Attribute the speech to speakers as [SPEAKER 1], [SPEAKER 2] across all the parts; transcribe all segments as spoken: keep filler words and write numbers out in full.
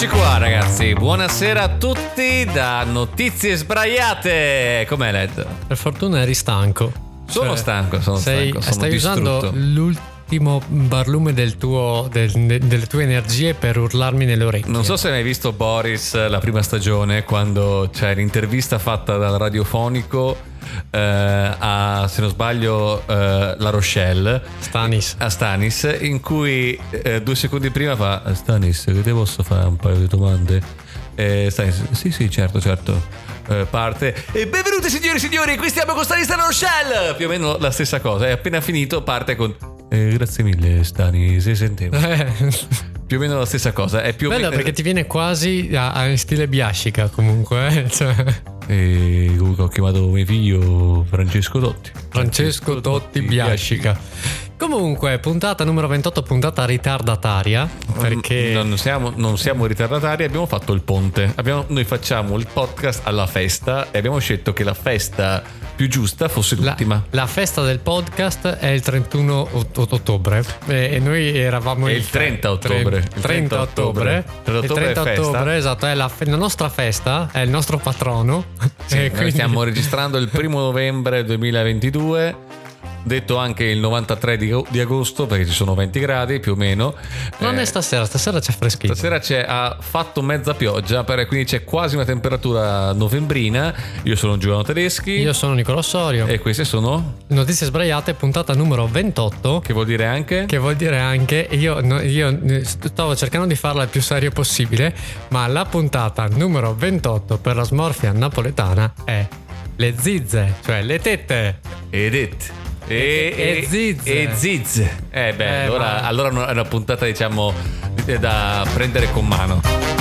[SPEAKER 1] Eccoci qua ragazzi, buonasera a tutti da Notizie Sbraiate. Com'è Led?
[SPEAKER 2] Per fortuna eri stanco.
[SPEAKER 1] Sono
[SPEAKER 2] cioè,
[SPEAKER 1] stanco, sono
[SPEAKER 2] sei,
[SPEAKER 1] stanco, sono
[SPEAKER 2] stai
[SPEAKER 1] distrutto.
[SPEAKER 2] usando l'ultimo barlume del tuo, del, delle tue energie per urlarmi nelle orecchie.
[SPEAKER 1] Non so se hai mai visto Boris, la prima stagione, quando c'è l'intervista fatta dal radiofonico eh, a, se non sbaglio, eh, La Rochelle,
[SPEAKER 2] Stanis.
[SPEAKER 1] a Stanis, in cui eh, due secondi prima fa: Stanis, che ti posso fare un paio di domande? Eh, Stanis, sì sì certo certo. Eh, parte e benvenuti signori e signori, qui stiamo con Stanis La Rochelle, più o meno la stessa cosa. E appena finito parte con eh, grazie mille Stanis, se sentiamo. Più o meno la stessa cosa. È più
[SPEAKER 2] bello
[SPEAKER 1] o me-
[SPEAKER 2] perché ti viene quasi a, a stile Biascica comunque, eh? Cioè...
[SPEAKER 1] E ho chiamato mio figlio Francesco Totti.
[SPEAKER 2] Francesco Totti Biascica. Comunque, puntata numero ventotto, puntata ritardataria. Perché
[SPEAKER 1] non siamo, non siamo ritardatari, abbiamo fatto il ponte. Abbiamo, noi facciamo il podcast alla festa e abbiamo scelto che la festa più giusta fosse l'ultima.
[SPEAKER 2] La, la festa del podcast è il trentuno ottobre e, e noi eravamo
[SPEAKER 1] È
[SPEAKER 2] il
[SPEAKER 1] il trenta ottobre.
[SPEAKER 2] Il trenta ottobre.
[SPEAKER 1] trenta ottobre
[SPEAKER 2] Il trenta
[SPEAKER 1] è festa.
[SPEAKER 2] ottobre, esatto, è la, la nostra festa, è il nostro patrono.
[SPEAKER 1] Sì,
[SPEAKER 2] E
[SPEAKER 1] noi
[SPEAKER 2] quindi...
[SPEAKER 1] stiamo registrando il primo novembre duemilaventidue, detto anche il novantatré di, di agosto, perché ci sono venti gradi più o meno.
[SPEAKER 2] Non
[SPEAKER 1] eh,
[SPEAKER 2] è stasera, stasera c'è freschino.
[SPEAKER 1] Stasera c'è, ha fatto mezza pioggia, per, quindi c'è quasi una temperatura novembrina. Io sono Giuliano Tedeschi.
[SPEAKER 2] Io sono Nicolò Sorio.
[SPEAKER 1] E queste sono
[SPEAKER 2] Notizie Sbraiate, puntata numero ventotto.
[SPEAKER 1] Che vuol dire anche?
[SPEAKER 2] Che vuol dire anche, io, no, io stavo cercando di farla il più serio possibile, ma la puntata numero ventotto per la smorfia napoletana è le zizze, cioè le tette.
[SPEAKER 1] Ed it. E,
[SPEAKER 2] E- e zizze.
[SPEAKER 1] E zizze. Eh beh,
[SPEAKER 2] Eh,
[SPEAKER 1] allora,
[SPEAKER 2] ma-
[SPEAKER 1] allora è una puntata, diciamo, da prendere con mano.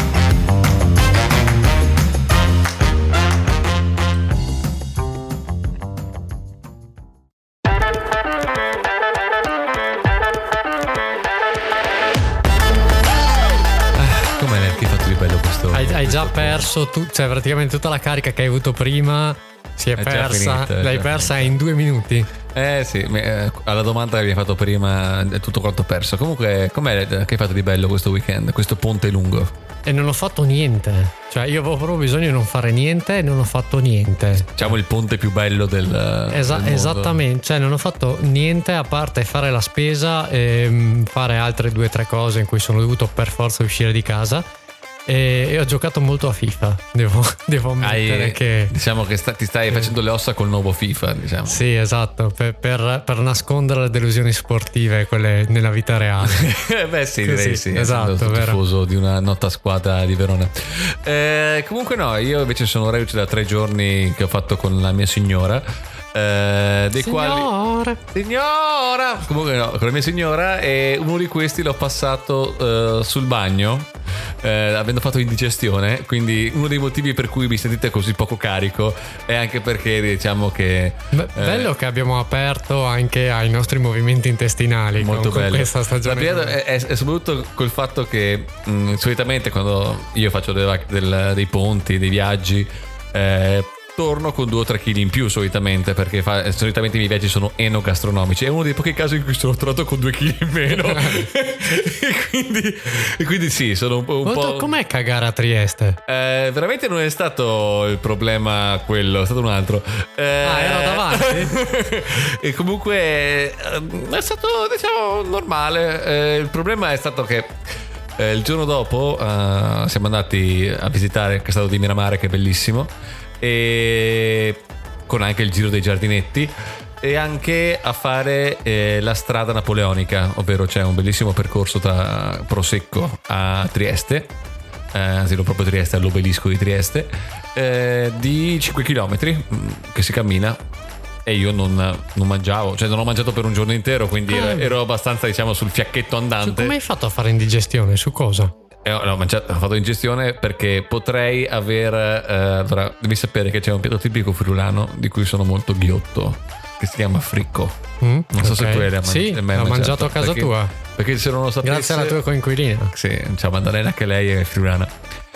[SPEAKER 1] Come l'hai fatto di bello questo?
[SPEAKER 2] Hai, hai già perso, tu, cioè praticamente tutta la carica che hai avuto prima si è,
[SPEAKER 1] È già
[SPEAKER 2] persa,
[SPEAKER 1] finita, è
[SPEAKER 2] l'hai
[SPEAKER 1] già
[SPEAKER 2] persa in due minuti.
[SPEAKER 1] Eh sì, eh, alla domanda che mi hai fatto prima è tutto quanto perso. Comunque, com'è che hai fatto di bello questo weekend, questo ponte lungo?
[SPEAKER 2] E non ho fatto niente, cioè io avevo proprio bisogno di non fare niente e non ho fatto niente.
[SPEAKER 1] Diciamo il ponte più bello del,
[SPEAKER 2] Esa-
[SPEAKER 1] del mondo.
[SPEAKER 2] esattamente, cioè non ho fatto niente a parte fare la spesa e mm, fare altre due o tre cose in cui sono dovuto per forza uscire di casa. E, e ho giocato molto a FIFA, devo, devo ammettere
[SPEAKER 1] Hai,
[SPEAKER 2] che...
[SPEAKER 1] diciamo che sta, ti stai facendo le ossa col nuovo FIFA, diciamo.
[SPEAKER 2] Sì, esatto, per, per, per nascondere le delusioni sportive, quelle nella vita reale.
[SPEAKER 1] Beh sì,
[SPEAKER 2] Sì,
[SPEAKER 1] direi
[SPEAKER 2] sì,
[SPEAKER 1] sì,
[SPEAKER 2] esatto,
[SPEAKER 1] essendo
[SPEAKER 2] vero.
[SPEAKER 1] tifoso di una nota squadra di Verona. Eh, comunque no, io invece sono reduce da tre giorni che ho fatto con la mia signora. Eh, dei
[SPEAKER 2] Signora.
[SPEAKER 1] quali signora comunque no, con la mia signora, e uno di questi l'ho passato eh, sul bagno, eh, avendo fatto indigestione, quindi uno dei motivi per cui mi sentite così poco carico è anche perché diciamo che
[SPEAKER 2] Be- bello
[SPEAKER 1] eh,
[SPEAKER 2] che abbiamo aperto anche ai nostri movimenti intestinali
[SPEAKER 1] molto
[SPEAKER 2] con, con
[SPEAKER 1] bello
[SPEAKER 2] questa
[SPEAKER 1] la
[SPEAKER 2] stagione.
[SPEAKER 1] prima è, è, è soprattutto col fatto che mh, solitamente quando io faccio delle vac- del, dei ponti, dei viaggi, eh, torno con due o tre chili in più solitamente, perché fa, solitamente i miei viaggi sono enogastronomici. È uno dei pochi casi in cui sono tornato con due chili in meno. e, quindi, e quindi sì, sono un po', un po'...
[SPEAKER 2] Com'è cagare a Trieste?
[SPEAKER 1] Eh, veramente non è stato il problema quello, è stato un altro. Eh,
[SPEAKER 2] Ah, era davanti?
[SPEAKER 1] e comunque eh, è stato, diciamo, normale. Eh, il problema è stato che eh, il giorno dopo eh, siamo andati a visitare il castello di Miramare, che è bellissimo, e con anche il giro dei giardinetti, e anche a fare eh, la strada napoleonica, ovvero c'è un bellissimo percorso tra Prosecco a Trieste, eh, anzi non proprio Trieste, all'obelisco di Trieste, eh, di cinque chilometri che si cammina. E io non, non mangiavo, cioè non ho mangiato per un giorno intero, quindi
[SPEAKER 2] Ah.
[SPEAKER 1] ero, ero abbastanza, diciamo, sul fiacchetto andante.
[SPEAKER 2] Come hai fatto a fare indigestione? Su cosa?
[SPEAKER 1] E ho, ho mangiato, ho fatto ingestione perché potrei aver eh, allora, devi sapere che c'è un piatto tipico friulano di cui sono molto ghiotto, che si chiama fricco.
[SPEAKER 2] Mm?
[SPEAKER 1] Non so
[SPEAKER 2] Ok.
[SPEAKER 1] se tu l'hai mangiato.
[SPEAKER 2] Sì, l'ho mangiato, mangiato a casa
[SPEAKER 1] perché,
[SPEAKER 2] tua.
[SPEAKER 1] Perché se non lo sapessi,
[SPEAKER 2] Grazie alla tua coinquilina.
[SPEAKER 1] sì, ciao Maddalena, che lei è friulana.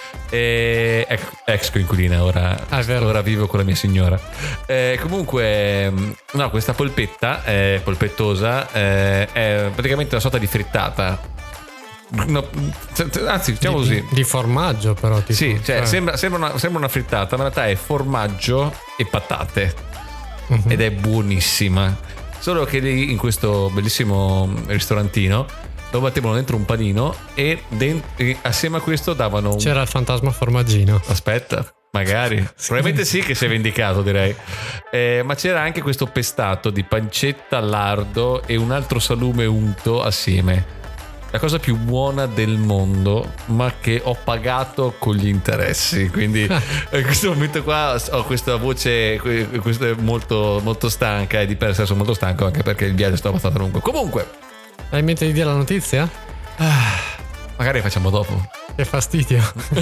[SPEAKER 1] E ex, ex coinquilina, ora,
[SPEAKER 2] Ah, è vero.
[SPEAKER 1] ora vivo con la mia signora. Eh, comunque, no, questa polpetta, eh, polpettosa, eh, è praticamente una sorta di frittata no, anzi diciamo
[SPEAKER 2] di,
[SPEAKER 1] così,
[SPEAKER 2] di formaggio però tipo,
[SPEAKER 1] sì, cioè,
[SPEAKER 2] cioè.
[SPEAKER 1] Sembra, sembra, una, sembra una frittata, ma in realtà è formaggio e patate, uh-huh. ed è buonissima. Solo che lì in questo bellissimo ristorantino lo mettevano dentro un panino e, dent- e assieme a questo davano un...
[SPEAKER 2] c'era il fantasma formaggino.
[SPEAKER 1] Aspetta, magari probabilmente sì che si è vendicato, direi. Eh, ma c'era anche questo pestato di pancetta, lardo e un altro salume unto assieme. La cosa più buona del mondo, ma che ho pagato con gli interessi. Quindi in questo momento qua ho questa voce, questa è molto, molto stanca, e di per sé sono molto stanco anche perché il viaggio è stato abbastanza lungo. Comunque,
[SPEAKER 2] hai in mente di dire la notizia?
[SPEAKER 1] Ah, magari facciamo dopo.
[SPEAKER 2] Che fastidio.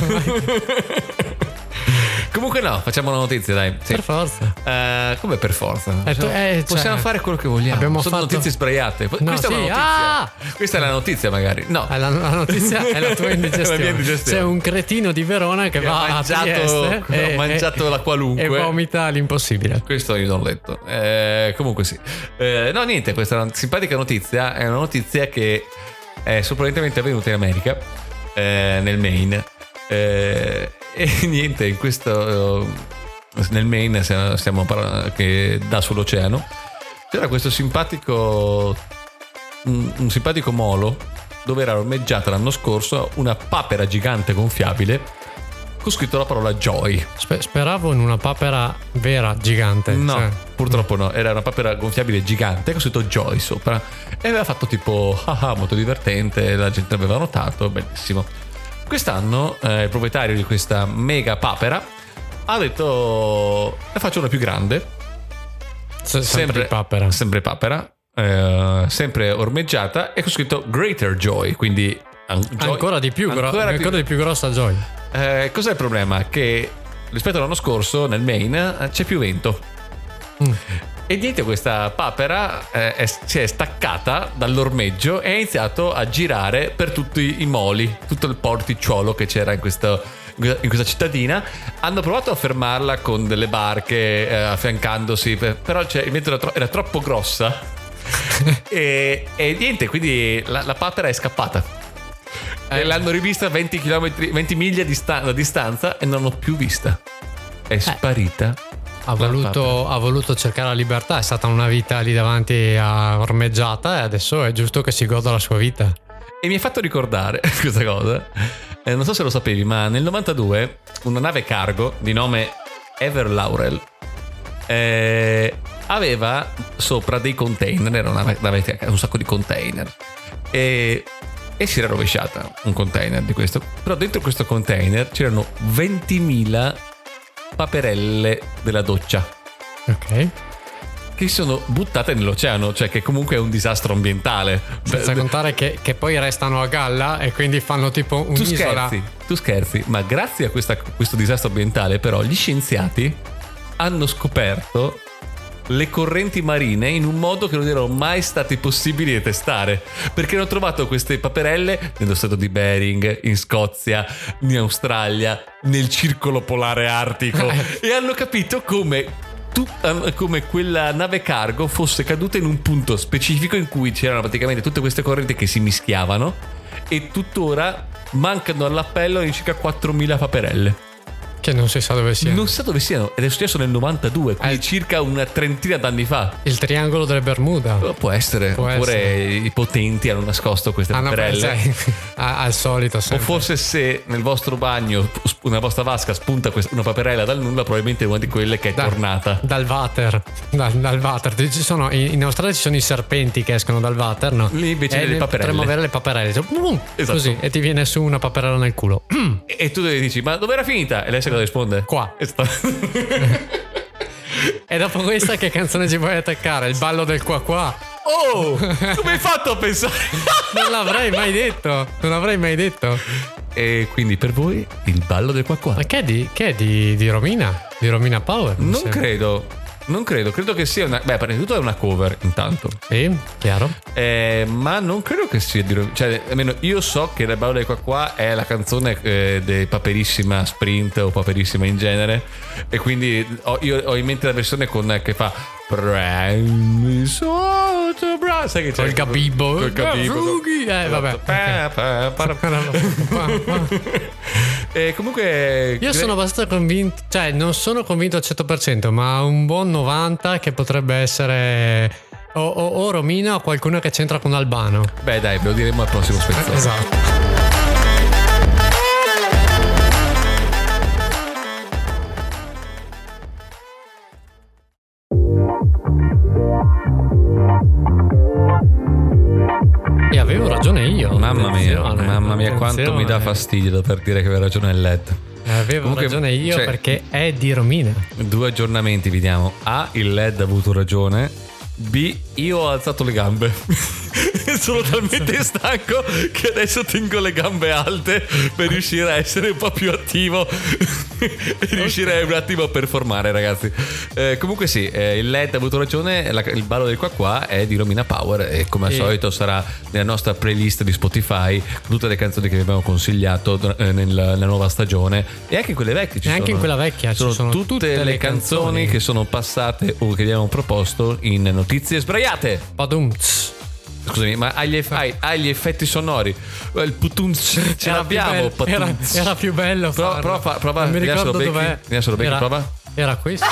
[SPEAKER 1] Comunque no, facciamo una notizia, dai. Sì.
[SPEAKER 2] Per forza.
[SPEAKER 1] Uh, come per forza?
[SPEAKER 2] Eh, tu, eh,
[SPEAKER 1] Possiamo
[SPEAKER 2] cioè,
[SPEAKER 1] fare quello che vogliamo.
[SPEAKER 2] Abbiamo
[SPEAKER 1] Sono
[SPEAKER 2] fatto...
[SPEAKER 1] notizie sbraiate.
[SPEAKER 2] No,
[SPEAKER 1] Questa
[SPEAKER 2] sì.
[SPEAKER 1] è una notizia.
[SPEAKER 2] Ah!
[SPEAKER 1] Questa è la notizia, magari. No.
[SPEAKER 2] La, la notizia è la tua indigestione.
[SPEAKER 1] La mia indigestione.
[SPEAKER 2] C'è un cretino di Verona che, che va
[SPEAKER 1] mangiato,
[SPEAKER 2] a Trieste
[SPEAKER 1] ha
[SPEAKER 2] e,
[SPEAKER 1] mangiato
[SPEAKER 2] e,
[SPEAKER 1] la qualunque
[SPEAKER 2] e vomita l'impossibile.
[SPEAKER 1] Questo io non l'ho letto. Eh, comunque sì. Eh, no, niente, questa è una simpatica notizia. È una notizia che è sorprendentemente avvenuta in America, eh, nel Maine. Eh, e niente, in questo... nel Maine stiamo parlando, che dà sull'oceano, c'era questo simpatico un, un simpatico molo dove era ormeggiata l'anno scorso una papera gigante gonfiabile con scritto la parola Joy.
[SPEAKER 2] Sper- speravo in una papera vera gigante.
[SPEAKER 1] No,
[SPEAKER 2] cioè.
[SPEAKER 1] purtroppo no, era una papera gonfiabile gigante con scritto Joy sopra e aveva fatto tipo ah, molto divertente, la gente l'aveva notato, bellissimo. Quest'anno eh, il proprietario di questa mega papera ha detto la faccio una più grande,
[SPEAKER 2] S- sempre papera,
[SPEAKER 1] sempre papera, eh, sempre ormeggiata e con scritto Greater Joy, quindi an- Joy,
[SPEAKER 2] ancora di più,
[SPEAKER 1] ancora,
[SPEAKER 2] gro-
[SPEAKER 1] più,
[SPEAKER 2] ancora di più grossa Joy.
[SPEAKER 1] Eh, cos'è il problema? Che rispetto all'anno scorso nel Maine c'è più vento. Mm. E niente, questa papera eh, è, si è staccata dall'ormeggio e ha iniziato a girare per tutti i moli, tutto il porticciolo che c'era in questo in questa cittadina. Hanno provato a fermarla con delle barche eh, affiancandosi, però cioè, il vento era, tro- era troppo grossa e, e niente, quindi la, la papera è scappata eh. e l'hanno rivista venti chilometri, venti miglia di sta- da distanza e non l'ho più vista, è sparita. eh.
[SPEAKER 2] Ha voluto, ha voluto cercare la libertà, è stata una vita lì davanti a ormeggiata e adesso è giusto che si goda la sua vita.
[SPEAKER 1] E mi ha fatto ricordare questa cosa, eh, non so se lo sapevi, ma nel novantadue una nave cargo di nome Ever Laurel eh, aveva sopra dei container, era una nave, un sacco di container, e, e si era rovesciata un container di questo, però dentro questo container c'erano ventimila paperelle della doccia.
[SPEAKER 2] Ok.
[SPEAKER 1] Che sono buttate nell'oceano, cioè che comunque è un disastro ambientale.
[SPEAKER 2] Senza Beh, contare che, che poi restano a galla e quindi fanno tipo un'isola.
[SPEAKER 1] Tu scherzi, tu scherzi, ma grazie a questa, questo disastro ambientale però gli scienziati hanno scoperto le correnti marine in un modo che non erano mai stati possibili di testare, perché hanno trovato queste paperelle nello stato di Bering, in Scozia, in Australia, nel circolo polare artico e hanno capito come tu, come quella nave cargo fosse caduta in un punto specifico in cui c'erano praticamente tutte queste correnti che si mischiavano e tuttora mancano all'appello in circa quattromila paperelle.
[SPEAKER 2] Che non si sa dove siano.
[SPEAKER 1] Non si sa dove siano ed è successo nel novantadue, quindi eh, circa una trentina d'anni fa.
[SPEAKER 2] Il triangolo delle Bermuda.
[SPEAKER 1] Può essere. Può oppure essere. I potenti hanno nascosto queste ah, paperelle.
[SPEAKER 2] No, cioè, al solito sempre.
[SPEAKER 1] O forse se nel vostro bagno, nella vostra vasca spunta una paperella dal nulla, probabilmente è una di quelle che è da, tornata.
[SPEAKER 2] Dal water. Dal, dal water. Ci sono, in Australia ci sono i serpenti che escono dal water, no?
[SPEAKER 1] Lì invece le paperelle.
[SPEAKER 2] Potremmo avere le paperelle. Cioè, esatto. Così. E ti viene su una paperella nel culo.
[SPEAKER 1] E, e tu dici, ma dove era finita? E lei sa cosa risponde?
[SPEAKER 2] Qua. E dopo questa che canzone ci vuoi attaccare? Il ballo del qua qua.
[SPEAKER 1] Oh, come hai fatto a pensare?
[SPEAKER 2] Non l'avrei mai detto. Non l'avrei mai detto.
[SPEAKER 1] E quindi per voi il ballo del qua qua.
[SPEAKER 2] Ma che è di, che è di, di Romina? Di Romina Power?
[SPEAKER 1] Non sembra. credo. Non credo, credo che sia una... Beh, prima di tutto è una cover intanto.
[SPEAKER 2] Sì, chiaro.
[SPEAKER 1] Eh, ma non credo che sia di... Cioè, almeno io so che il ballo del qua qua è la canzone eh, dei Paperissima Sprint o Paperissima in genere. E quindi ho, io ho in mente la versione con che fa Premi sotto braccio. Sai che c'è
[SPEAKER 2] Col Gabibbo.
[SPEAKER 1] Col Gabibbo.
[SPEAKER 2] Eh, vabbè.
[SPEAKER 1] E comunque
[SPEAKER 2] io sono abbastanza convinto, cioè non sono convinto al cento per cento, ma un buon novanta che potrebbe essere o, o, o Romina o qualcuno che c'entra con Albano.
[SPEAKER 1] Beh dai, ve lo diremo al prossimo spezzone.
[SPEAKER 2] Esatto. E avevo ragione io.
[SPEAKER 1] Mamma mia,
[SPEAKER 2] attenzione,
[SPEAKER 1] mamma mia,
[SPEAKER 2] attenzione.
[SPEAKER 1] quanto mi dà fastidio dover dire che aveva ragione il L E D.
[SPEAKER 2] Avevo
[SPEAKER 1] Comunque,
[SPEAKER 2] ragione io,
[SPEAKER 1] cioè,
[SPEAKER 2] perché è di Romina.
[SPEAKER 1] Due aggiornamenti vi diamo. A, il L E D ha avuto ragione. B, io ho alzato le gambe. Sono talmente stanco che adesso tengo le gambe alte per riuscire a essere un po' più attivo e riuscire un attimo a performare, ragazzi. Eh, comunque sì, eh, il L E D ha avuto ragione. La, il ballo del qua qua è di Romina Power e come al
[SPEAKER 2] E...
[SPEAKER 1] solito sarà nella nostra playlist di Spotify con tutte le canzoni che vi abbiamo consigliato eh, nella, nella nuova stagione e anche quelle vecchie. Ci
[SPEAKER 2] E anche
[SPEAKER 1] sono,
[SPEAKER 2] in quella vecchia
[SPEAKER 1] sono,
[SPEAKER 2] ci sono
[SPEAKER 1] tutte,
[SPEAKER 2] tutte
[SPEAKER 1] le,
[SPEAKER 2] le
[SPEAKER 1] canzoni,
[SPEAKER 2] canzoni
[SPEAKER 1] che sono passate o che abbiamo proposto in Notizie Sbraiate.
[SPEAKER 2] Padumts.
[SPEAKER 1] Scusami, ma hai gli, eff- hai, hai gli effetti sonori? Il putunz ce
[SPEAKER 2] Era
[SPEAKER 1] l'abbiamo.
[SPEAKER 2] più bello, era, era più bello
[SPEAKER 1] Prova,
[SPEAKER 2] farlo.
[SPEAKER 1] prova, fa- prova.
[SPEAKER 2] Non mi
[SPEAKER 1] Adesso lo
[SPEAKER 2] ricordo
[SPEAKER 1] becchi.
[SPEAKER 2] dov'è.
[SPEAKER 1] Adesso lo becchi,
[SPEAKER 2] Era,
[SPEAKER 1] prova.
[SPEAKER 2] era questo?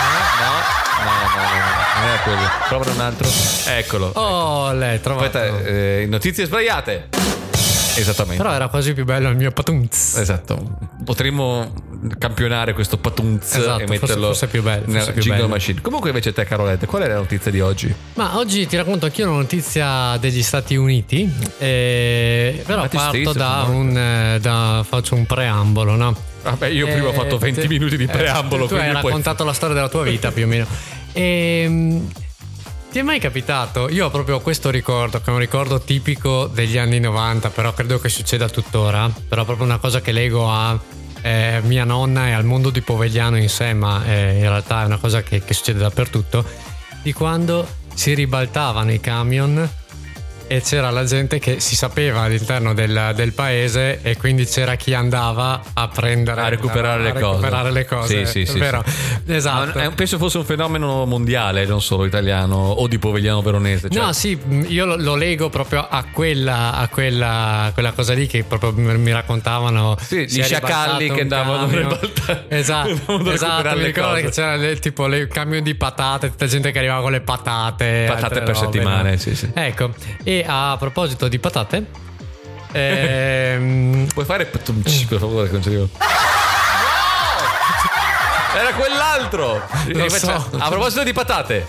[SPEAKER 1] No, no, no, no, no, non era quello. Prova un altro. Eccolo.
[SPEAKER 2] Oh, lei trovato.
[SPEAKER 1] Aspetta, eh, Notizie Sbraiate. Esattamente.
[SPEAKER 2] Però era quasi più bello il mio patunz.
[SPEAKER 1] Esatto. Potremmo campionare questo patunz
[SPEAKER 2] Esatto,
[SPEAKER 1] e metterlo
[SPEAKER 2] forse, forse più bello,
[SPEAKER 1] nella
[SPEAKER 2] forse più
[SPEAKER 1] Jingle
[SPEAKER 2] bello.
[SPEAKER 1] Machine. Comunque invece te, Carolette, qual è la notizia di oggi?
[SPEAKER 2] Ma oggi ti racconto anch'io una notizia degli Stati Uniti, eh, però
[SPEAKER 1] United
[SPEAKER 2] parto
[SPEAKER 1] States,
[SPEAKER 2] da
[SPEAKER 1] insomma.
[SPEAKER 2] un eh, da, faccio un preambolo, no?
[SPEAKER 1] Vabbè, io prima ho
[SPEAKER 2] Eh,
[SPEAKER 1] fatto venti
[SPEAKER 2] te-
[SPEAKER 1] minuti di
[SPEAKER 2] eh,
[SPEAKER 1] preambolo.
[SPEAKER 2] tu hai
[SPEAKER 1] quindi poi-
[SPEAKER 2] raccontato la storia della tua vita più o meno. E, ti è mai capitato? Io ho proprio questo ricordo, che è un ricordo tipico degli anni novanta, però credo che succeda tuttora, però proprio una cosa che lego a eh, mia nonna e al mondo di Povegliano in sé, ma eh, in realtà è una cosa che, che succede dappertutto, di quando si ribaltavano i camion e c'era la gente che si sapeva all'interno del, del paese e quindi c'era chi andava a prendere
[SPEAKER 1] A recuperare
[SPEAKER 2] a
[SPEAKER 1] le cose.
[SPEAKER 2] recuperare le cose.
[SPEAKER 1] Sì, sì, sì,
[SPEAKER 2] vero?
[SPEAKER 1] sì.
[SPEAKER 2] Esatto.
[SPEAKER 1] Ma è- penso fosse un fenomeno mondiale, non solo italiano o di Povegliano Veronese. Cioè,
[SPEAKER 2] No, sì, io lo, lo lego proprio a quella, a quella, quella cosa lì che proprio mi mi raccontavano.
[SPEAKER 1] Sì,
[SPEAKER 2] Si
[SPEAKER 1] gli
[SPEAKER 2] è
[SPEAKER 1] sciacalli
[SPEAKER 2] ribaltato
[SPEAKER 1] che
[SPEAKER 2] un
[SPEAKER 1] andavano a
[SPEAKER 2] camion.
[SPEAKER 1] ribaltare.
[SPEAKER 2] Esatto,
[SPEAKER 1] Andavano a
[SPEAKER 2] esatto.
[SPEAKER 1] recuperare
[SPEAKER 2] Mi
[SPEAKER 1] le
[SPEAKER 2] ricordo
[SPEAKER 1] cose.
[SPEAKER 2] che c'era le, tipo le camion di patate, tutta gente che arrivava con le patate.
[SPEAKER 1] Patate
[SPEAKER 2] altre
[SPEAKER 1] per
[SPEAKER 2] robe,
[SPEAKER 1] settimane,
[SPEAKER 2] no?
[SPEAKER 1] sì, sì.
[SPEAKER 2] Ecco, e a proposito di patate, ehm,
[SPEAKER 1] Puoi fare patumci, per favore, che non ci arrivo. Era quell'altro.
[SPEAKER 2] Lo so.
[SPEAKER 1] A proposito di patate.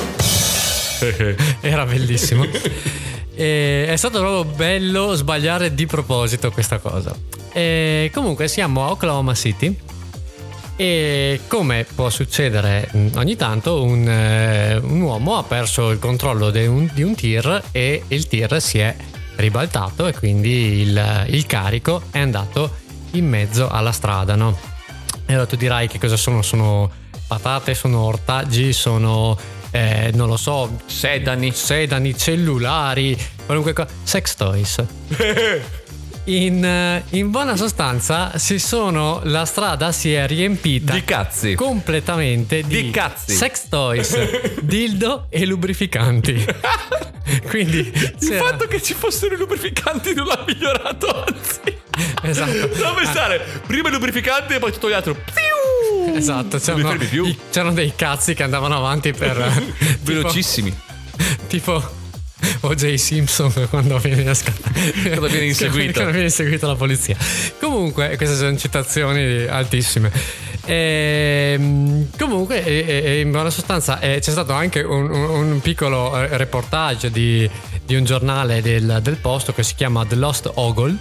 [SPEAKER 2] era bellissimo. E è stato proprio bello sbagliare di proposito questa cosa. E comunque siamo a Oklahoma City e come può succedere mh, ogni tanto un, eh, un uomo ha perso il controllo de un, di un tir e il tir si è ribaltato e quindi il, il carico è andato in mezzo alla strada, no? E allora tu dirai che cosa sono? Sono patate, sono ortaggi, sono eh, non lo so,
[SPEAKER 1] Sedani.
[SPEAKER 2] sedani, cellulari, qualunque cosa, sex toys. In, eh, in buona sostanza si sono la strada si è riempita
[SPEAKER 1] Di cazzi.
[SPEAKER 2] completamente di,
[SPEAKER 1] Di cazzi.
[SPEAKER 2] sex toys, dildo e lubrificanti. Quindi
[SPEAKER 1] Il
[SPEAKER 2] c'era-
[SPEAKER 1] fatto che ci fossero i lubrificanti non l'ha migliorato, anzi.
[SPEAKER 2] Esatto.
[SPEAKER 1] Dove stare? Prima i lubrificanti e poi tutto gli altro. Piu!
[SPEAKER 2] Esatto,
[SPEAKER 1] Non
[SPEAKER 2] c'erano,
[SPEAKER 1] li fermi più.
[SPEAKER 2] i- c'erano dei cazzi che andavano avanti per tipo-
[SPEAKER 1] Velocissimi.
[SPEAKER 2] tipo O J Simpson quando viene, scatt-
[SPEAKER 1] Quando viene inseguito.
[SPEAKER 2] quando viene inseguito la polizia. Comunque queste sono citazioni altissime. Ehm, comunque e, e- e in buona sostanza eh, c'è stato anche un, un- un piccolo eh, reportage di, di un giornale del, del posto che si chiama The Lost Ogle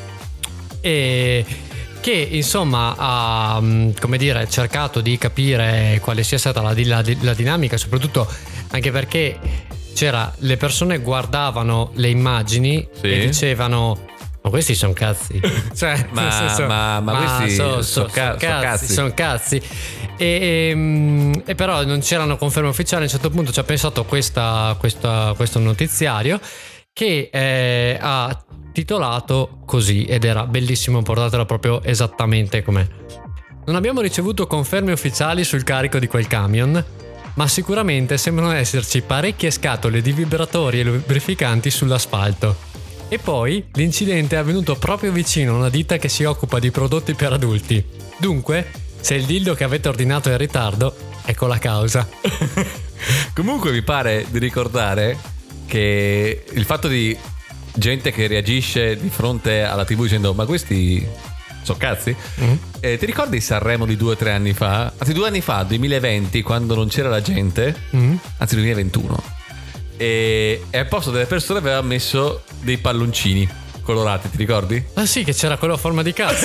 [SPEAKER 2] e che insomma ha mh, come dire cercato di capire quale sia stata la, di- la, di- la dinamica, soprattutto anche perché c'era le persone guardavano le immagini
[SPEAKER 1] Sì.
[SPEAKER 2] e dicevano ma questi sono cazzi, cioè
[SPEAKER 1] Ma-
[SPEAKER 2] nel senso,
[SPEAKER 1] ma- ma questi
[SPEAKER 2] so-
[SPEAKER 1] so
[SPEAKER 2] so-
[SPEAKER 1] ca-
[SPEAKER 2] so
[SPEAKER 1] so
[SPEAKER 2] cazzi,
[SPEAKER 1] cazzi.
[SPEAKER 2] sono cazzi e, ehm, e però non c'erano conferme ufficiali. A un certo punto ci ha pensato questa, questa- questo notiziario che eh, ha titolato così ed era bellissimo, portatelo proprio esattamente com'è. Non abbiamo ricevuto conferme ufficiali sul carico di quel camion, ma sicuramente sembrano esserci parecchie scatole di vibratori e lubrificanti sull'asfalto. E poi l'incidente è avvenuto proprio vicino a una ditta che si occupa di prodotti per adulti. Dunque, se il dildo che avete ordinato è in ritardo, ecco la causa.
[SPEAKER 1] Comunque mi pare di ricordare che il fatto di gente che reagisce di fronte alla tivù dicendo ma questi so cazzi, mm-hmm. eh, ti ricordi Sanremo di due o tre anni fa? Anzi due anni fa, duemilaventi, quando non c'era la gente, mm-hmm. anzi duemilaventuno, e, e al posto delle persone aveva messo dei palloncini colorati, ti ricordi?
[SPEAKER 2] Ah sì, che c'era quello a forma di cazzo.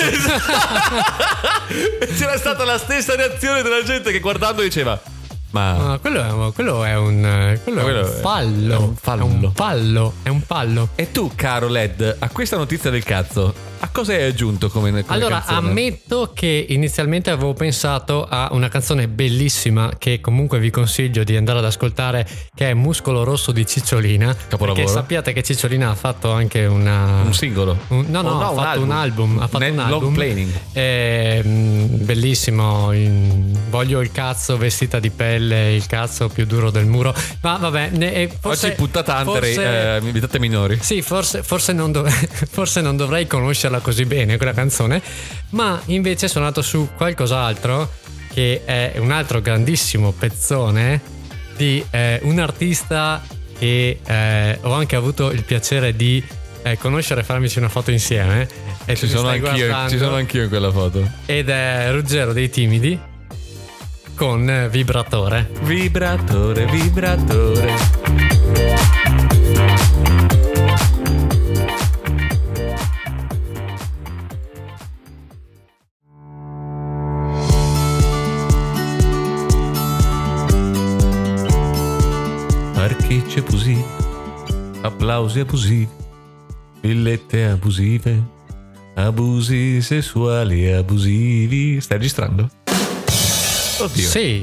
[SPEAKER 1] C'era stata la stessa reazione della gente che guardando diceva ma
[SPEAKER 2] no, quello, è, quello è un quello quello è un fallo, è un fallo. È un fallo, è un fallo.
[SPEAKER 1] E tu, caro Led, a questa notizia del cazzo, a cosa hai aggiunto come, come
[SPEAKER 2] allora,
[SPEAKER 1] canzone?
[SPEAKER 2] ammetto che inizialmente avevo pensato a una canzone bellissima che comunque vi consiglio di andare ad ascoltare, che è Muscolo Rosso di Cicciolina.
[SPEAKER 1] Capolavoro.
[SPEAKER 2] Perché sappiate che Cicciolina ha fatto anche una
[SPEAKER 1] un singolo.
[SPEAKER 2] Un, no, no, oh, no, ha fatto un album, un album ha fatto
[SPEAKER 1] Net
[SPEAKER 2] un album.
[SPEAKER 1] Long Planning.
[SPEAKER 2] È, mh, bellissimo. In, voglio il cazzo vestita di pelle, il cazzo più duro del muro. Ma vabbè, ne, forse,
[SPEAKER 1] oggi puntata Anteri,
[SPEAKER 2] forse,
[SPEAKER 1] eh, invitate minori.
[SPEAKER 2] Sì, forse, forse, non dov- forse non dovrei conoscerla così bene quella canzone, ma invece sono andato su qualcos'altro che è un altro grandissimo pezzone di eh, un artista che eh, ho anche avuto il piacere di eh, conoscere e farmici una foto insieme, e
[SPEAKER 1] ci sono, anch'io, ci sono anch'io in quella foto,
[SPEAKER 2] ed è Ruggero dei Timidi con eh, Vibratore.
[SPEAKER 1] Vibratore, vibratore. Parcheggi abusivi, applausi abusivi, villette abusive, abusi sessuali abusivi. Stai registrando? Oddio.
[SPEAKER 2] Sì.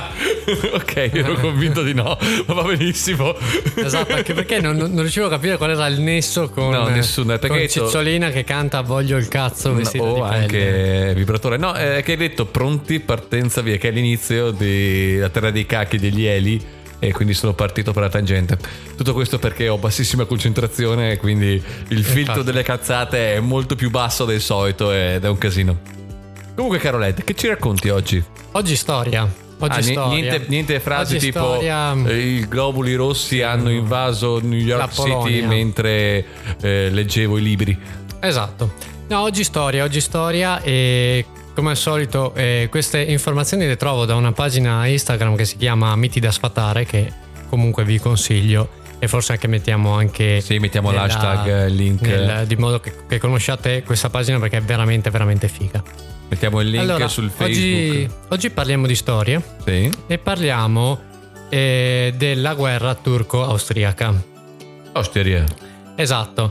[SPEAKER 1] Ok, ero convinto di no, ma va benissimo.
[SPEAKER 2] Esatto, anche perché non, non riuscivo a capire qual era il nesso con,
[SPEAKER 1] no, nessuno,
[SPEAKER 2] con Cicciolina che canta Voglio il cazzo vestita
[SPEAKER 1] no,
[SPEAKER 2] di pelle.
[SPEAKER 1] Anche Vibratore. No, è che hai detto pronti, partenza via, che è l'inizio della terra dei cacchi degli Eli, e quindi sono partito per la tangente. Tutto questo perché ho bassissima concentrazione e quindi il filtro delle cazzate è molto più basso del solito ed è un casino. Comunque, caro Led, che ci racconti oggi?
[SPEAKER 2] Oggi storia. Oggi
[SPEAKER 1] ah,
[SPEAKER 2] storia.
[SPEAKER 1] Niente, niente frasi
[SPEAKER 2] oggi
[SPEAKER 1] tipo
[SPEAKER 2] storia...
[SPEAKER 1] eh, i globuli rossi hanno invaso New York City mentre eh, leggevo i libri.
[SPEAKER 2] Esatto. No, oggi storia, oggi storia e come al solito eh, queste informazioni le trovo da una pagina Instagram che si chiama Miti da sfatare, che comunque vi consiglio, e forse anche mettiamo anche
[SPEAKER 1] sì, mettiamo nella, l'hashtag, il link
[SPEAKER 2] nel, di modo che, che conosciate questa pagina perché è veramente veramente figa.
[SPEAKER 1] Mettiamo il link
[SPEAKER 2] allora,
[SPEAKER 1] sul Facebook.
[SPEAKER 2] Oggi, oggi parliamo di storia,
[SPEAKER 1] sì.
[SPEAKER 2] E parliamo eh, della guerra turco-austriaca.
[SPEAKER 1] Osteria.
[SPEAKER 2] Esatto.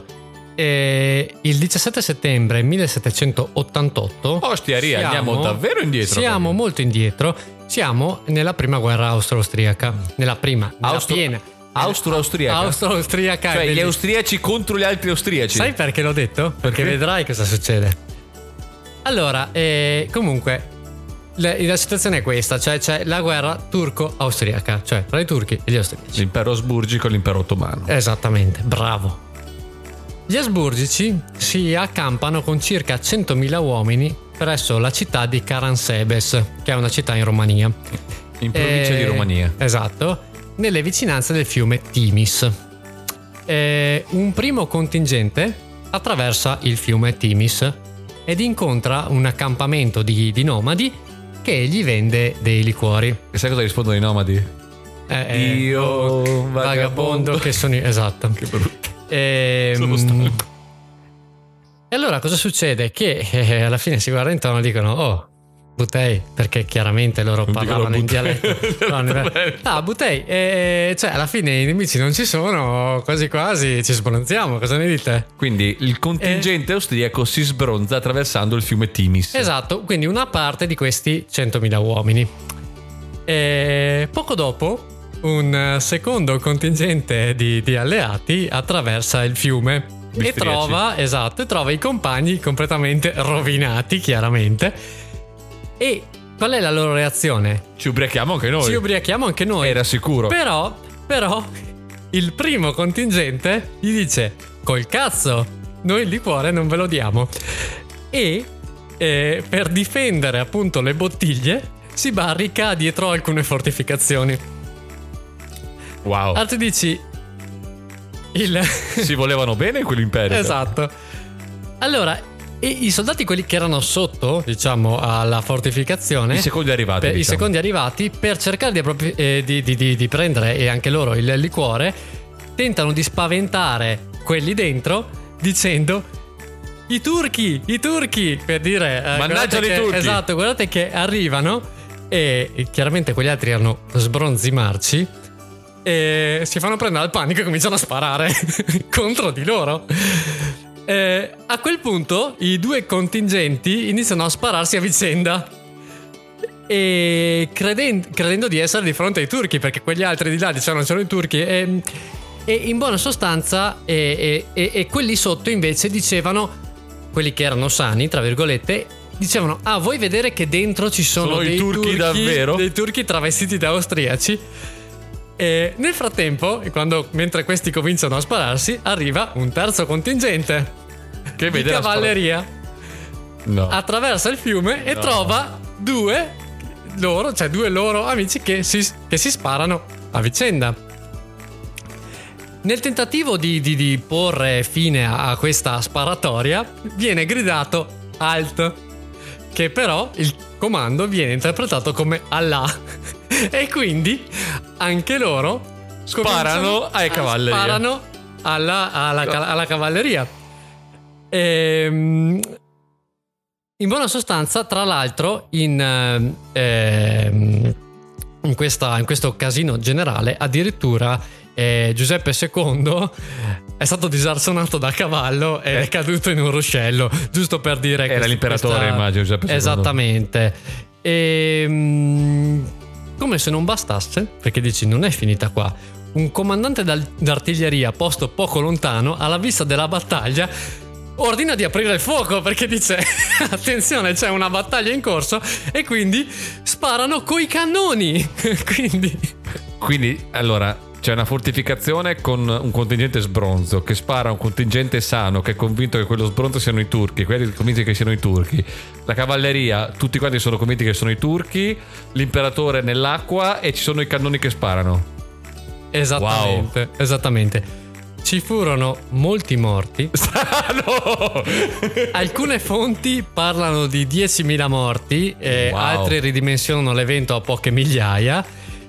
[SPEAKER 2] E il diciassette settembre millesettecentottantotto
[SPEAKER 1] Osteria, siamo, andiamo davvero indietro.
[SPEAKER 2] Siamo
[SPEAKER 1] perché?
[SPEAKER 2] molto indietro. Siamo nella prima guerra austro-austriaca. Nella prima, nella
[SPEAKER 1] Austro-
[SPEAKER 2] piena.
[SPEAKER 1] Austro-austriaca.
[SPEAKER 2] Austro-austriaca.
[SPEAKER 1] Cioè gli austriaci contro gli altri austriaci.
[SPEAKER 2] Sai perché l'ho detto? Perché, perché? vedrai cosa succede. Allora, eh, comunque, le, la situazione è questa, cioè c'è la guerra turco-austriaca, cioè tra i turchi e gli austriaci.
[SPEAKER 1] L'impero asburgico e l'impero ottomano.
[SPEAKER 2] Esattamente, bravo. Gli asburgici si accampano con circa centomila uomini presso la città di Karansebes, che è una città in Romania.
[SPEAKER 1] In provincia
[SPEAKER 2] eh,
[SPEAKER 1] di Romania.
[SPEAKER 2] Esatto, nelle vicinanze del fiume Timis. Eh, un primo contingente attraversa il fiume Timis ed incontra un accampamento di, di nomadi che gli vende dei liquori.
[SPEAKER 1] E sai cosa rispondono i nomadi?
[SPEAKER 2] Eh,
[SPEAKER 1] Io
[SPEAKER 2] oh,
[SPEAKER 1] vagabondo.
[SPEAKER 2] vagabondo che sono io. Esatto.
[SPEAKER 1] Che brutto.
[SPEAKER 2] E,
[SPEAKER 1] sono stanco.
[SPEAKER 2] E allora cosa succede? Che eh, alla fine si guarda intorno e dicono oh, Butei, perché chiaramente loro non parlavano in dialetto. Ah, Butei, eh, cioè alla fine i nemici non ci sono, quasi quasi ci sbronziamo, cosa ne dite?
[SPEAKER 1] Quindi il contingente eh, austriaco si sbronza attraversando il fiume Timis.
[SPEAKER 2] Esatto, quindi una parte di questi centomila uomini. E poco dopo un secondo contingente di, di alleati attraversa il fiume Bistriaci. e trova, esatto, e trova i compagni completamente rovinati, chiaramente. E qual è la loro reazione?
[SPEAKER 1] Ci ubriachiamo anche noi.
[SPEAKER 2] Ci ubriachiamo anche noi.
[SPEAKER 1] Era sicuro.
[SPEAKER 2] Però, però, il primo contingente gli dice: col cazzo, noi il liquore non ve lo diamo. E eh, per difendere appunto le bottiglie si barrica dietro alcune fortificazioni.
[SPEAKER 1] Wow.
[SPEAKER 2] Allora tu dici il...
[SPEAKER 1] Si volevano bene quell'impero.
[SPEAKER 2] Esatto. Allora, e i soldati, quelli che erano sotto, diciamo, alla fortificazione,
[SPEAKER 1] I secondi arrivati,
[SPEAKER 2] per,
[SPEAKER 1] diciamo.
[SPEAKER 2] i secondi arrivati, per cercare di, appropri- eh, di, di, di, di prendere e anche loro il liquore, tentano di spaventare quelli dentro dicendo: i turchi, i turchi, per dire eh,
[SPEAKER 1] mannaggia i turchi.
[SPEAKER 2] Esatto, guardate che arrivano. E, e chiaramente quegli altri erano sbronzi marci e si fanno prendere al panico e cominciano a sparare contro di loro. Eh, a quel punto i due contingenti iniziano a spararsi a vicenda e creden- credendo di essere di fronte ai turchi, perché quegli altri di là dicevano c'erano i turchi, e, e in buona sostanza e, e, e quelli sotto invece dicevano, quelli che erano sani tra virgolette, dicevano: ah, vuoi vedere che dentro ci sono,
[SPEAKER 1] sono
[SPEAKER 2] dei
[SPEAKER 1] i turchi, turchi davvero?
[SPEAKER 2] Dei turchi travestiti da austriaci. E nel frattempo, quando, mentre questi cominciano a spararsi, arriva un terzo contingente
[SPEAKER 1] che
[SPEAKER 2] di
[SPEAKER 1] vede
[SPEAKER 2] cavalleria.
[SPEAKER 1] No.
[SPEAKER 2] Attraversa il fiume e
[SPEAKER 1] No.
[SPEAKER 2] trova due loro, cioè due loro amici che si, che si sparano a vicenda. Nel tentativo di, di, di porre fine a, a questa sparatoria viene gridato halt, che però il comando viene interpretato come Allah. E quindi anche loro
[SPEAKER 1] sparano ai cavalleria.
[SPEAKER 2] Sparano alla, alla, alla cavalleria. Ehm, in buona sostanza, tra l'altro, in, ehm, in, questa, in questo casino generale, addirittura eh, Giuseppe secondo è stato disarzonato da cavallo e eh. è caduto in un ruscello, giusto per dire che
[SPEAKER 1] era l'imperatore, questa... immagino, Giuseppe secondo.
[SPEAKER 2] Esattamente. E come se non bastasse, perché dici non è finita qua, un comandante d'artiglieria posto poco lontano, alla vista della battaglia, ordina di aprire il fuoco, perché dice attenzione, c'è una battaglia in corso, e quindi sparano coi cannoni. quindi
[SPEAKER 1] quindi allora c'è una fortificazione con un contingente sbronzo che spara a un contingente sano che è convinto che quello sbronzo siano i turchi, quelli convinti che siano i turchi, la cavalleria tutti quanti sono convinti che sono i turchi, l'imperatore nell'acqua e ci sono i cannoni che sparano.
[SPEAKER 2] Esattamente. Wow. Esattamente. Ci furono molti morti.
[SPEAKER 1] No!
[SPEAKER 2] Alcune fonti parlano di diecimila morti e wow. Altre ridimensionano l'evento a poche migliaia.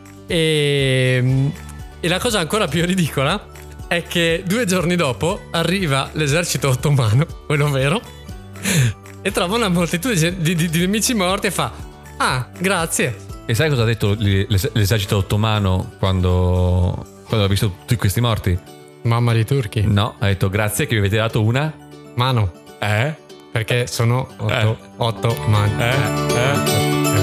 [SPEAKER 2] E, e la cosa ancora più ridicola è che due giorni dopo arriva l'esercito ottomano, quello vero, e trova una moltitudine di, di, di nemici morti e fa: ah, grazie.
[SPEAKER 1] E sai cosa ha detto l'esercito ottomano quando, quando ha visto tutti questi morti?
[SPEAKER 2] Mamma di turchi.
[SPEAKER 1] No, ha detto: grazie che mi avete dato una
[SPEAKER 2] mano.
[SPEAKER 1] Eh?
[SPEAKER 2] Perché sono otto, eh. otto mani.
[SPEAKER 1] Eh? Eh?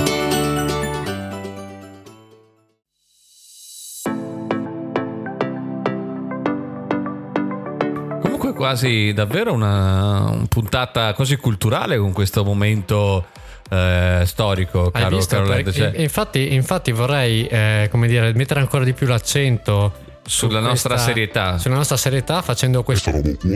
[SPEAKER 1] Comunque quasi davvero una, una puntata quasi culturale con questo momento eh, storico,
[SPEAKER 2] Hai
[SPEAKER 1] caro,
[SPEAKER 2] visto?
[SPEAKER 1] caro Led.
[SPEAKER 2] Per,
[SPEAKER 1] cioè,
[SPEAKER 2] infatti, infatti vorrei eh, come dire, mettere ancora di più l'accento
[SPEAKER 1] sulla
[SPEAKER 2] su
[SPEAKER 1] nostra
[SPEAKER 2] questa,
[SPEAKER 1] serietà.
[SPEAKER 2] Sulla nostra serietà facendo questo.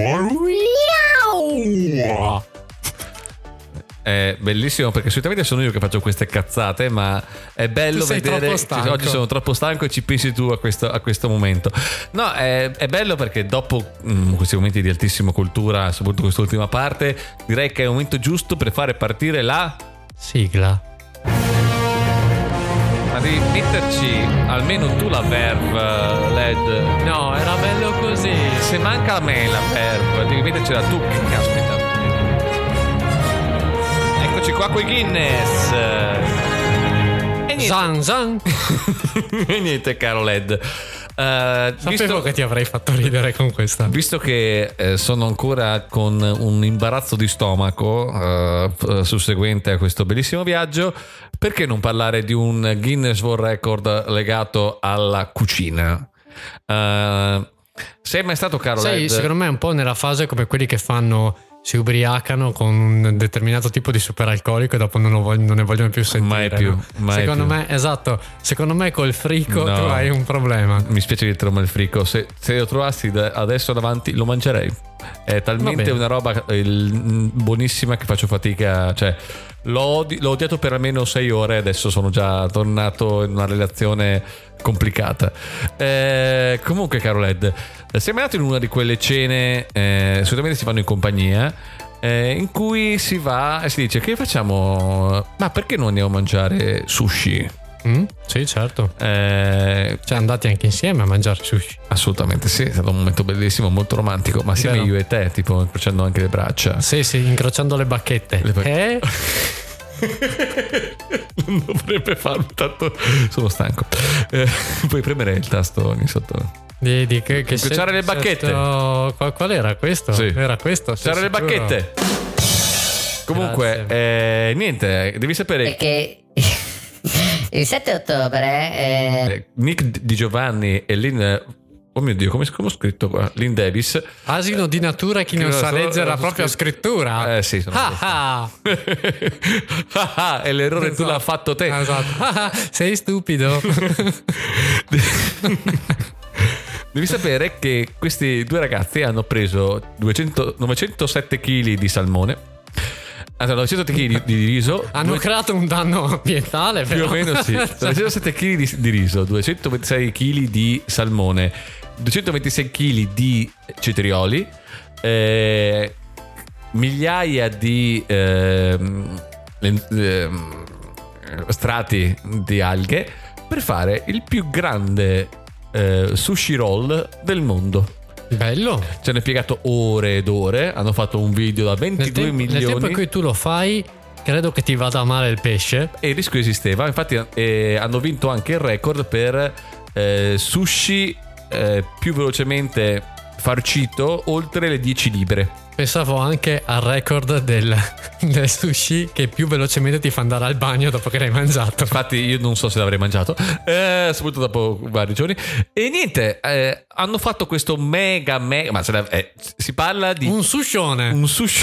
[SPEAKER 1] È bellissimo perché solitamente sono io che faccio queste cazzate, ma è bello vedere. Oggi sono troppo stanco e ci pensi tu a questo, a questo momento. No, è, è bello perché dopo mh, questi momenti di altissima cultura, soprattutto quest'ultima parte, direi che è il momento giusto per fare partire la
[SPEAKER 2] sigla.
[SPEAKER 1] Ma devi metterci almeno tu la verve, Led.
[SPEAKER 2] No, era bello così.
[SPEAKER 1] Se manca a me la verve, devi mettercela tu, che caspita. Eccoci qua coi Guinness. E niente.
[SPEAKER 2] Zan, zan.
[SPEAKER 1] E niente, caro Led. Uh,
[SPEAKER 2] Sapevo
[SPEAKER 1] visto,
[SPEAKER 2] che ti avrei fatto ridere con questa.
[SPEAKER 1] Visto che eh, sono ancora con un imbarazzo di stomaco uh, susseguente a questo bellissimo viaggio, perché non parlare di un Guinness World Record legato alla cucina? Uh, sei mai stato, caro
[SPEAKER 2] Sei,
[SPEAKER 1] Led?
[SPEAKER 2] secondo me è un po' nella fase come quelli che fanno si ubriacano con un determinato tipo di superalcolico e dopo non, lo vogliono, non ne vogliono più sentire.
[SPEAKER 1] Mai più,
[SPEAKER 2] no?
[SPEAKER 1] mai
[SPEAKER 2] Secondo
[SPEAKER 1] più.
[SPEAKER 2] me, esatto, secondo me col frico
[SPEAKER 1] No.
[SPEAKER 2] tu hai un problema.
[SPEAKER 1] Mi spiace dirtelo, ma il frico, se, se lo trovassi da adesso davanti lo mangerei. È talmente una roba il, buonissima che faccio fatica, cioè l'ho, odi- l'ho odiato per almeno sei ore, adesso sono già tornato in una relazione complicata. Eh, comunque, caro Led, siamo andati in una di quelle cene, eh, solitamente si fanno in compagnia, eh, in cui si va e si dice: che facciamo? Ma perché non andiamo a mangiare sushi?
[SPEAKER 2] Mm? Sì, certo.
[SPEAKER 1] Eh,
[SPEAKER 2] Cioè andati anche insieme a mangiare sushi.
[SPEAKER 1] assolutamente sì, è stato un momento bellissimo, molto romantico, ma assieme
[SPEAKER 2] Vero.
[SPEAKER 1] io e te, tipo incrociando anche le braccia.
[SPEAKER 2] Sì, sì, incrociando le bacchette.
[SPEAKER 1] Le bac-
[SPEAKER 2] Eh?
[SPEAKER 1] Non dovrebbe farlo, tanto sono stanco. Eh, puoi premere il tasto ogni sotto.
[SPEAKER 2] Di, di che, che
[SPEAKER 1] Incrociare
[SPEAKER 2] se-
[SPEAKER 1] le bacchette.
[SPEAKER 2] setto- Qual, qual era questo?
[SPEAKER 1] Sì.
[SPEAKER 2] Era questo? Sei
[SPEAKER 1] Incrociare le
[SPEAKER 2] sicuro?
[SPEAKER 1] bacchette. Comunque,
[SPEAKER 2] Grazie.
[SPEAKER 1] eh, niente, devi sapere
[SPEAKER 3] Perché il sette ottobre eh,
[SPEAKER 1] eh, Nick Di Giovanni e Lynn. Oh mio Dio, come, come ho scritto qua? Lynn Davis.
[SPEAKER 2] Asino di natura chi
[SPEAKER 1] Che
[SPEAKER 2] non
[SPEAKER 1] non
[SPEAKER 2] sa
[SPEAKER 1] so,
[SPEAKER 2] leggere la
[SPEAKER 1] non so
[SPEAKER 2] propria
[SPEAKER 1] scritto.
[SPEAKER 2] scrittura.
[SPEAKER 1] Eh sì, sono
[SPEAKER 2] Ah, ah.
[SPEAKER 1] Ah, ah, e l'errore tu l'ha fatto te.
[SPEAKER 2] Esatto. Ah, ah, sei stupido.
[SPEAKER 1] Devi sapere che questi due ragazzi hanno preso duecento, novecentosette chili di salmone, allora, novecentosette chili di, di riso.
[SPEAKER 2] Hanno
[SPEAKER 1] due-
[SPEAKER 2] creato un danno ambientale,
[SPEAKER 1] più
[SPEAKER 2] però.
[SPEAKER 1] o meno sì. novecentosette chili di, di riso, duecentoventisei chili di salmone, duecentoventisei chili di cetrioli, eh, migliaia di ehm, len- ehm, strati di alghe per fare il più grande eh, sushi roll del mondo.
[SPEAKER 2] Bello.
[SPEAKER 1] Ci hanno impiegato ore ed ore, hanno fatto un video da
[SPEAKER 2] Nel
[SPEAKER 1] ventidue
[SPEAKER 2] tempo, nel
[SPEAKER 1] milioni
[SPEAKER 2] tempo in cui tu lo fai, credo che ti vada male il pesce.
[SPEAKER 1] e il rischio esisteva. Infatti eh, hanno vinto anche il record per eh, sushi eh, più velocemente farcito oltre le dieci libre.
[SPEAKER 2] Pensavo anche al record del, del sushi che più velocemente ti fa andare al bagno dopo che l'hai mangiato.
[SPEAKER 1] Infatti io non so se l'avrei mangiato, eh, soprattutto dopo vari giorni. E niente, eh, hanno fatto questo mega mega, ma se la- eh, si parla di
[SPEAKER 2] Un sushione.
[SPEAKER 1] un sushi.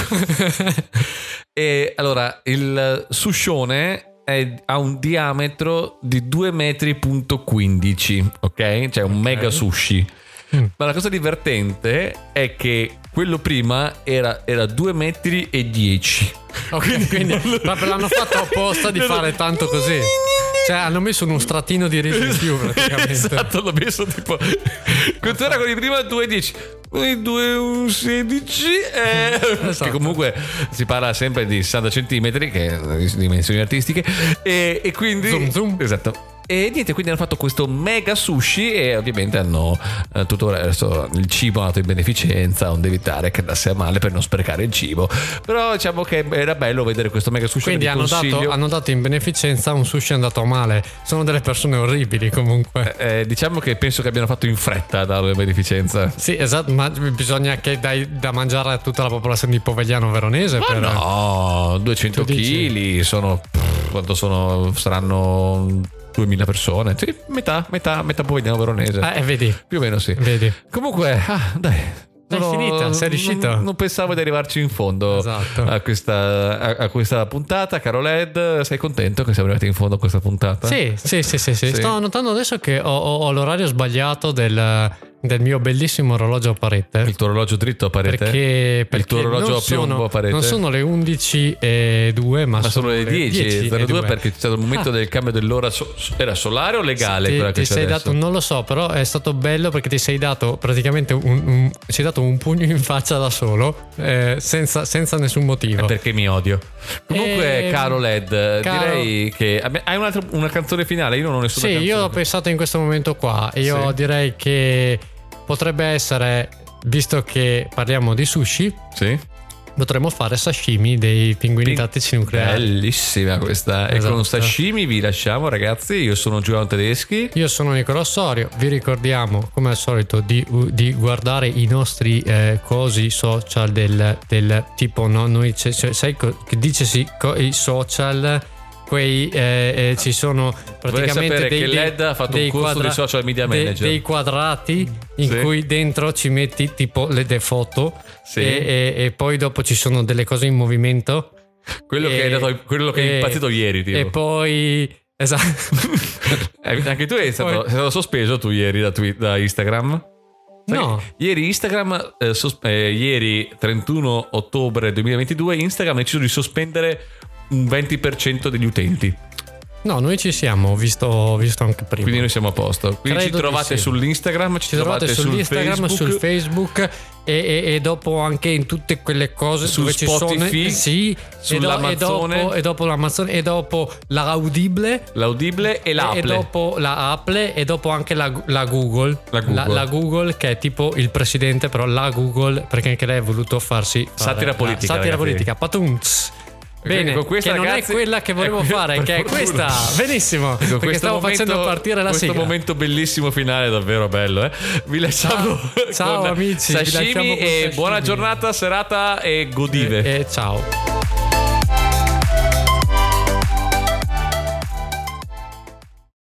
[SPEAKER 1] E allora il sushione è- ha un diametro di due metri punto quindici, ok? Cioè un mega sushi.
[SPEAKER 2] Mm.
[SPEAKER 1] Ma la cosa divertente è che quello prima era, era due metri e dieci.
[SPEAKER 2] Ok, quindi proprio l'hanno fatto apposta di fare tanto così. Cioè hanno messo uno stratino di riso in più praticamente.
[SPEAKER 1] Esatto, l'ho messo tipo. Quanto era quelli prima? due e dieci. due e sedici. Eh,
[SPEAKER 2] Esatto.
[SPEAKER 1] Che comunque si parla sempre di sessanta centimetri, che di dimensioni artistiche. E, e quindi.
[SPEAKER 2] Zoom, zoom.
[SPEAKER 1] Esatto. E niente, quindi hanno fatto questo mega sushi e ovviamente hanno eh, tutto il resto, il cibo è andato in beneficenza, onde evitare che andasse a male per non sprecare il cibo. Però diciamo che era bello vedere questo mega sushi.
[SPEAKER 2] Quindi
[SPEAKER 1] vi
[SPEAKER 2] hanno dato,
[SPEAKER 1] consiglio.
[SPEAKER 2] hanno dato in beneficenza un sushi andato male. Sono delle persone orribili comunque.
[SPEAKER 1] Eh, diciamo che penso che abbiano fatto in fretta a darlo in beneficenza.
[SPEAKER 2] Sì, esatto, ma bisogna che dai da mangiare a tutta la popolazione di Povegliano Veronese.
[SPEAKER 1] Ma
[SPEAKER 2] per...
[SPEAKER 1] no, duecento
[SPEAKER 2] Tu dici?
[SPEAKER 1] chili sono. Pff, quanto sono? Saranno duemila persone. Sì, metà, metà, metà Povegliano Veronese.
[SPEAKER 2] Eh, vedi,
[SPEAKER 1] Più o meno sì.
[SPEAKER 2] vedi.
[SPEAKER 1] Comunque, ah, dai.
[SPEAKER 2] È finita, sei riuscito?
[SPEAKER 1] Non, non pensavo di arrivarci in fondo
[SPEAKER 2] Esatto.
[SPEAKER 1] a, questa, a, a questa puntata. Caro Led, sei contento che siamo arrivati in fondo a questa puntata?
[SPEAKER 2] Sì, sì, sì, sì, sì.
[SPEAKER 1] Sì.
[SPEAKER 2] Sto notando adesso che ho, ho- ho l'orario sbagliato del, del mio bellissimo orologio a parete.
[SPEAKER 1] Il tuo orologio dritto a parete?
[SPEAKER 2] Perché, perché
[SPEAKER 1] tuo orologio
[SPEAKER 2] non
[SPEAKER 1] a piombo
[SPEAKER 2] sono,
[SPEAKER 1] a parete?
[SPEAKER 2] non sono le undici e due, ma,
[SPEAKER 1] Ma sono le dieci e zero due
[SPEAKER 2] due.
[SPEAKER 1] perché c'è stato il momento
[SPEAKER 2] Ah.
[SPEAKER 1] del cambio dell'ora. so- Era solare o legale?
[SPEAKER 2] Ti,
[SPEAKER 1] quella che
[SPEAKER 2] ti
[SPEAKER 1] c'è
[SPEAKER 2] sei
[SPEAKER 1] adesso?
[SPEAKER 2] dato, non lo so, però è stato bello perché ti sei dato praticamente un, un, sei dato un pugno in faccia da solo, eh, senza, senza nessun motivo.
[SPEAKER 1] È perché mi odio. Comunque,
[SPEAKER 2] Ehm,
[SPEAKER 1] caro Led,
[SPEAKER 2] caro-
[SPEAKER 1] direi che abbi- hai un'altra, una canzone finale. Io non ho nessuna
[SPEAKER 2] Sì,
[SPEAKER 1] canzone.
[SPEAKER 2] io ho pensato in questo momento qua. Io
[SPEAKER 1] Sì.
[SPEAKER 2] direi che potrebbe essere, visto che parliamo di sushi,
[SPEAKER 1] Sì.
[SPEAKER 2] potremmo fare sashimi dei pinguini
[SPEAKER 1] Pin-
[SPEAKER 2] tattici nucleari.
[SPEAKER 1] Bellissima questa. E
[SPEAKER 2] Esatto.
[SPEAKER 1] con sashimi vi lasciamo, ragazzi. Io sono Giuliano Tedeschi.
[SPEAKER 2] Io sono Nicola Osorio, vi ricordiamo come al solito di, di guardare i nostri eh, cosi social del, del tipo, no, noi c'è- c'è- sai co- che dice sì, co- i social quei eh, eh, ci sono praticamente dei,
[SPEAKER 1] che
[SPEAKER 2] dei,
[SPEAKER 1] L E D ha fatto un corso di social media
[SPEAKER 2] dei,
[SPEAKER 1] manager.
[SPEAKER 2] dei quadrati in
[SPEAKER 1] Sì.
[SPEAKER 2] cui dentro ci metti tipo le de foto
[SPEAKER 1] Sì.
[SPEAKER 2] e, e, e poi dopo ci sono delle cose in movimento.
[SPEAKER 1] Quello che
[SPEAKER 2] E-
[SPEAKER 1] è dato, quello che è
[SPEAKER 2] e-
[SPEAKER 1] impazzito ieri, tipo.
[SPEAKER 2] E poi esatto.
[SPEAKER 1] Eh, anche tu sei stato,
[SPEAKER 2] Poi-
[SPEAKER 1] sei stato sospeso tu ieri da, Twi- da Instagram? Sai
[SPEAKER 2] No.
[SPEAKER 1] che Ieri Instagram, eh, sos- eh, ieri trentuno ottobre duemilaventidue, Instagram ha deciso di sospendere un venti per cento degli utenti.
[SPEAKER 2] No, noi ci siamo, ho visto, ho visto anche prima.
[SPEAKER 1] Quindi noi siamo a posto. Quindi
[SPEAKER 2] Credo
[SPEAKER 1] ci trovate
[SPEAKER 2] di sì.
[SPEAKER 1] sull'Instagram, ci,
[SPEAKER 2] ci trovate
[SPEAKER 1] sul
[SPEAKER 2] sull'Instagram,
[SPEAKER 1] Facebook,
[SPEAKER 2] sul Facebook e, e, e dopo anche in tutte quelle cose
[SPEAKER 1] Su
[SPEAKER 2] dove ci sono
[SPEAKER 1] Spotify,
[SPEAKER 2] sì, e, do- e
[SPEAKER 1] sull'Amazzone.
[SPEAKER 2] dopo, e dopo l'Amazon e dopo la Audible
[SPEAKER 1] l'Audible e
[SPEAKER 2] e
[SPEAKER 1] l'Apple.
[SPEAKER 2] dopo la Apple e dopo anche la, la Google
[SPEAKER 1] La Google.
[SPEAKER 2] La, la Google che è tipo il presidente, però la Google, perché anche lei ha voluto farsi fare
[SPEAKER 1] Satira
[SPEAKER 2] la-
[SPEAKER 1] politica,
[SPEAKER 2] satira
[SPEAKER 1] ragazzi.
[SPEAKER 2] politica patunz.
[SPEAKER 1] quindi
[SPEAKER 2] Bene,
[SPEAKER 1] con questa,
[SPEAKER 2] che non
[SPEAKER 1] ragazzi,
[SPEAKER 2] è quella che volevo
[SPEAKER 1] è que-
[SPEAKER 2] fare,
[SPEAKER 1] per
[SPEAKER 2] che è
[SPEAKER 1] fortuna.
[SPEAKER 2] questa. Benissimo,
[SPEAKER 1] Con
[SPEAKER 2] perché
[SPEAKER 1] questo
[SPEAKER 2] stavo
[SPEAKER 1] momento-
[SPEAKER 2] facendo partire la
[SPEAKER 1] questo
[SPEAKER 2] sigla.
[SPEAKER 1] momento bellissimo finale, davvero bello, eh? Vi lasciamo
[SPEAKER 2] Ciao,
[SPEAKER 1] con
[SPEAKER 2] amici, vi lasciamo
[SPEAKER 1] sashimi
[SPEAKER 2] con
[SPEAKER 1] e
[SPEAKER 2] sashimi.
[SPEAKER 1] buona giornata, serata e godive.
[SPEAKER 2] E, e ciao.